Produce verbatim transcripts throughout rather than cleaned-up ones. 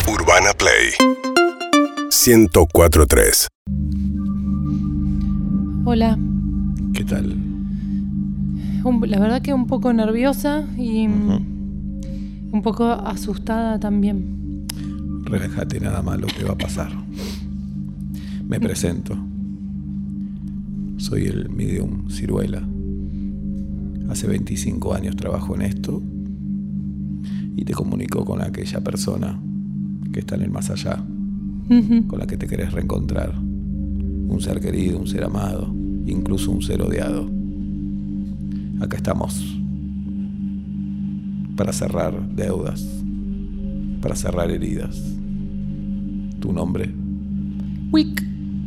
Urbana Play ciento cuatro punto tres. Hola. ¿Qué tal? Un, la verdad que un poco nerviosa y uh-huh. un poco asustada también. Relájate, nada malo te va a pasar. Me presento. Soy el medium Ciruela. Hace veinticinco años trabajo en esto y te comunico con aquella persona que está en el más allá, uh-huh. con la que te querés reencontrar. Un ser querido, un ser amado, incluso un ser odiado. Acá estamos para cerrar deudas, para cerrar heridas. ¿Tu nombre? Wick.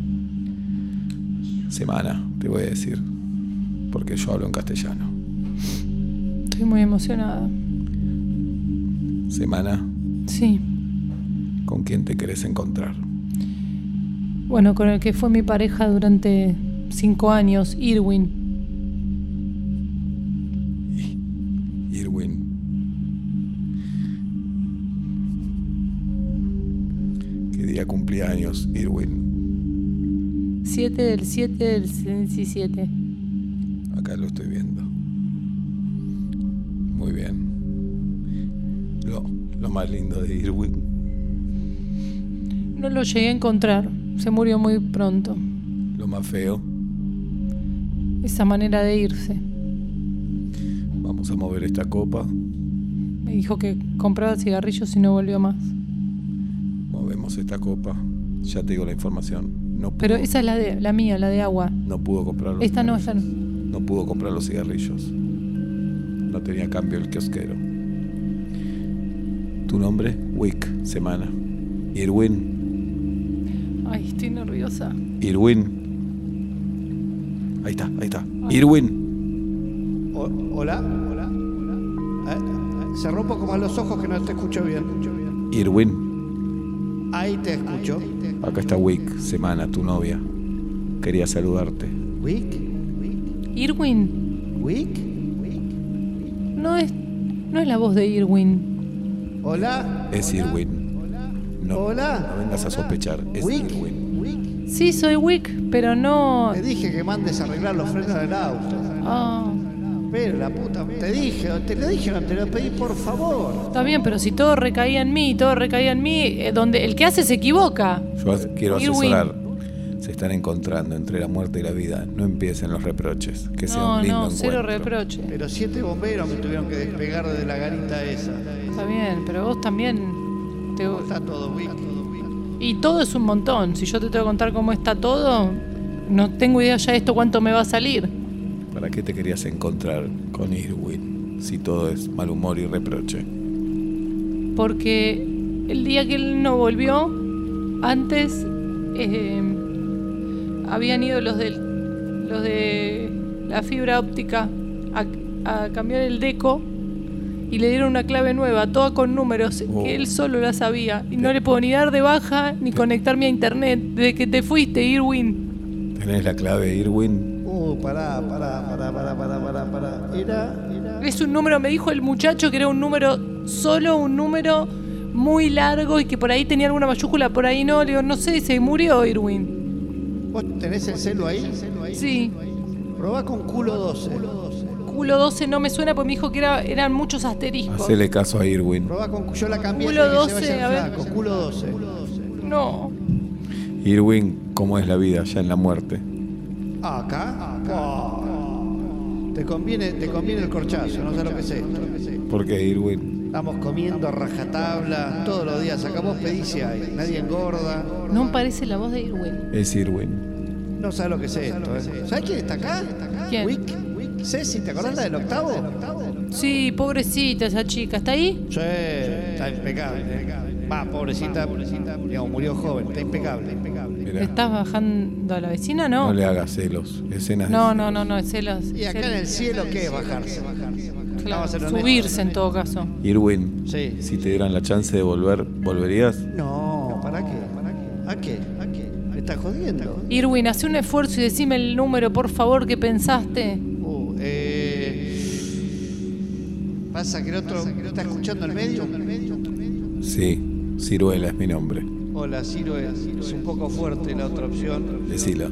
Semana, te voy a decir, porque yo hablo en castellano. Estoy muy emocionada. Semana. Sí. ¿Con quién te querés encontrar? Bueno, con el que fue mi pareja durante cinco años, Irwin. Irwin. ¿Qué día cumplía años, Irwin? siete del siete del diecisiete. Acá lo estoy viendo. Muy bien. Lo, lo más lindo de Irwin. No lo llegué a encontrar. Se murió muy pronto. Lo más feo. Esa manera de irse. Vamos a mover esta copa. Me dijo que compraba cigarrillos y no volvió más. Movemos esta copa. Ya te digo la información. No pudo, Pero esa es la de la mía, la de agua. No pudo comprar los Esta no, cigarrillos. esta no. No pudo comprar los cigarrillos. No tenía cambio el kiosquero. ¿Tu nombre? Wick, Semana. Irwin. Ay, estoy nerviosa. Irwin. Ahí está, ahí está. Ay. Irwin. O, hola, hola, hola. Eh, cerró un poco más los ojos que no te escucho bien. Irwin. Ahí te escucho. Acá está Wick, Semana, tu novia. Quería saludarte. ¿Wick? ¿Irwin? ¿Wick? No es, no es la voz de Irwin. Hola. Es hola. Irwin. No, Hola. No vengas a sospechar. Es Wick. Irwin. Wick. Sí, soy Wick, pero no... Te dije que mandes a arreglar los frenos del auto. Oh. Pero la puta, te dije, te lo dije, no te lo pedí, por favor. Está bien, pero si todo recaía en mí, todo recaía en mí, eh, donde el que hace se equivoca. Yo quiero Irwin. asesorar. Se están encontrando entre la muerte y la vida. No empiecen los reproches. Que sea No, un lindo no, encuentro. cero reproche. Pero siete bomberos me tuvieron que despegar de la garita esa. Está bien, pero vos también... Te... ¿Cómo está todo, Wick? Y todo es un montón. Si yo te tengo que contar cómo está todo, no tengo idea ya de esto cuánto me va a salir. ¿Para qué te querías encontrar con Irwin si todo es mal humor y reproche? Porque el día que él no volvió, antes eh, habían ido los de, los de la fibra óptica a, a cambiar el deco y le dieron una clave nueva, toda con números, oh. que él solo la sabía. Y no le puedo ni dar de baja ni conectarme a internet. Desde que te fuiste, Irwin. ¿Tenés la clave, Irwin? Uh, pará, pará, pará, pará, pará, pará, pará. Era, era... Es un número, me dijo el muchacho que era un número, solo un número muy largo y que por ahí tenía alguna mayúscula, por ahí no. Le digo, no sé, se murió Irwin. ¿Vos tenés el celu ahí? Sí. Probá con culo doce. Culo doce no me suena porque me dijo que era, eran muchos asteriscos. Hacele caso a Irwin. Probá con... Yo la cambié. Culo doce, que se vaya a ver. flaco. Culo doce. No. Irwin, ¿cómo es la vida ya en la muerte? ¿Acá? Acá. Oh. Te conviene, te conviene el corchazo, no sé lo que es esto. ¿Por qué, Irwin? Estamos comiendo a rajatabla todos los días. Acá vos pedís y hay. Nadie engorda. No parece la voz de Irwin. Es Irwin. No sabes lo que es esto, ¿eh? ¿Sabes quién está acá? ¿Quién? Wick. Ceci, ¿te acordás la del octavo? Sí, pobrecita esa chica. ¿Está ahí? Sí, está impecable. Va, pobrecita, pobrecita, digamos, murió joven, está impecable, impecable. ¿Le estás bajando a la vecina? No. No le hagas celos, escenas No, de no, celos. no, no, es celos. Y acá celos. en el cielo, ¿qué es bajarse? Claro, subirse en todo caso. Irwin, Sí. si te dieran la chance de volver, ¿volverías? No, ¿para qué? ¿A qué? ¿A qué? ¿Me estás jodiendo? Irwin, hace un esfuerzo y decime el número, por favor, que pensaste. Uh, eh... Pasa que el otro está escuchando el medio. Sí, Ciruela es mi nombre. Hola, Ciro, es, es un poco fuerte la otra opción. Decila.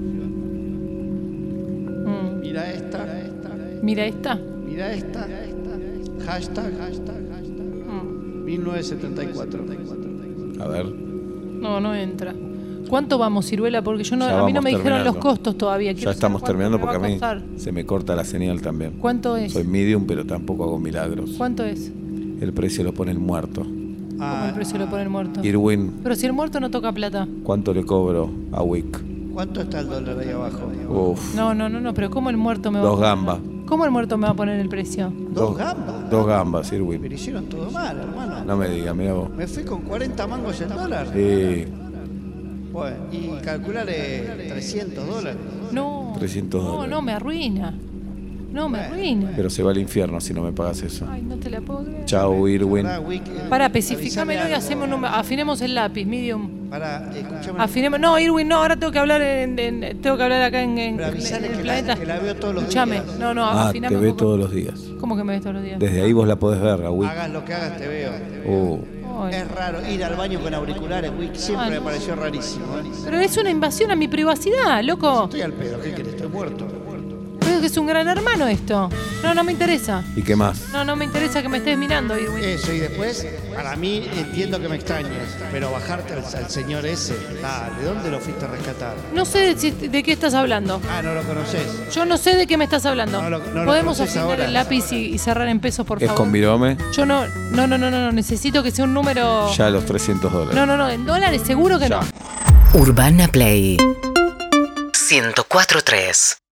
Mm. Mira esta. Mira esta. Mira esta. Hashtag, hashtag, hashtag. Mm. mil novecientos setenta y cuatro. A ver. No, no entra. ¿Cuánto vamos, Ciruela? Porque yo no, Ya a mí no vamos me dijeron los terminando. costos todavía. Quiero Ya estamos saber terminando cuánto porque me va a mí costar. se me corta la señal también. ¿Cuánto es? Soy medium, pero tampoco hago milagros. ¿Cuánto es? El precio lo pone el muerto. ¿Cómo el precio lo pone el muerto? Irwin, Pero si el muerto no toca plata. ¿cuánto le cobro a Wick? ¿Cuánto está el dólar ahí abajo? Uf, No, no, no, no, pero ¿cómo el muerto me va a dos poner? gambas. ¿Cómo el muerto me va a poner el precio? Dos gambas. Dos gambas, Irwin. Pero hicieron todo mal, hermano. No me digas, mira vos. Me fui con cuarenta mangos el dólar. Sí, Bueno, y calcularle trescientos dólares. No. trescientos No, dólares. no, me arruina. No, me arruina. Pero se va al infierno si no me pagas eso. Ay, no te la puedo creer. Chao, Irwin. Pará, Wick, eh, Para, avisame especificámelo y algo. hacemos un número. Afinemos el lápiz, medium. Pará, escuchame. Afinemos. No, Irwin, no, ahora tengo que hablar en, en- tengo que hablar acá en, en- Pero avisale en el que la- planeta. que la veo todos los Escuchame. días. No, no, Ah, afiname te un ve poco. todos los días. ¿Cómo que me ves todos los días? Desde ahí vos la podés ver, a Wick. Hagas lo que hagas, te veo. Uh, Ay. Es raro ir al baño con auriculares, Wick. Siempre Ay, me no. pareció rarísimo. ¿eh? Pero es una invasión a mi privacidad, loco. Estoy al pedo, ¿qué querés? Estoy muerto. Creo que es un gran hermano esto. No, no me interesa. ¿Y qué más? No, no me interesa que me estés mirando, Irwin. Eso, y después, para mí, entiendo que me extrañes, pero bajarte al, al señor ese, dale, ¿dónde lo fuiste a rescatar? No sé de, si- de qué estás hablando. Ah, no lo conoces. Yo no sé de qué me estás hablando. No lo- no lo ¿Podemos conoces afinar ahora? el lápiz y, y cerrar en pesos, por ¿Es favor? con virome? Yo no, no, no, no, no, no, necesito que sea un número. Ya los trescientos dólares. No, no, no, en dólares seguro que Ya. no. Urbana Play ciento cuatro punto tres.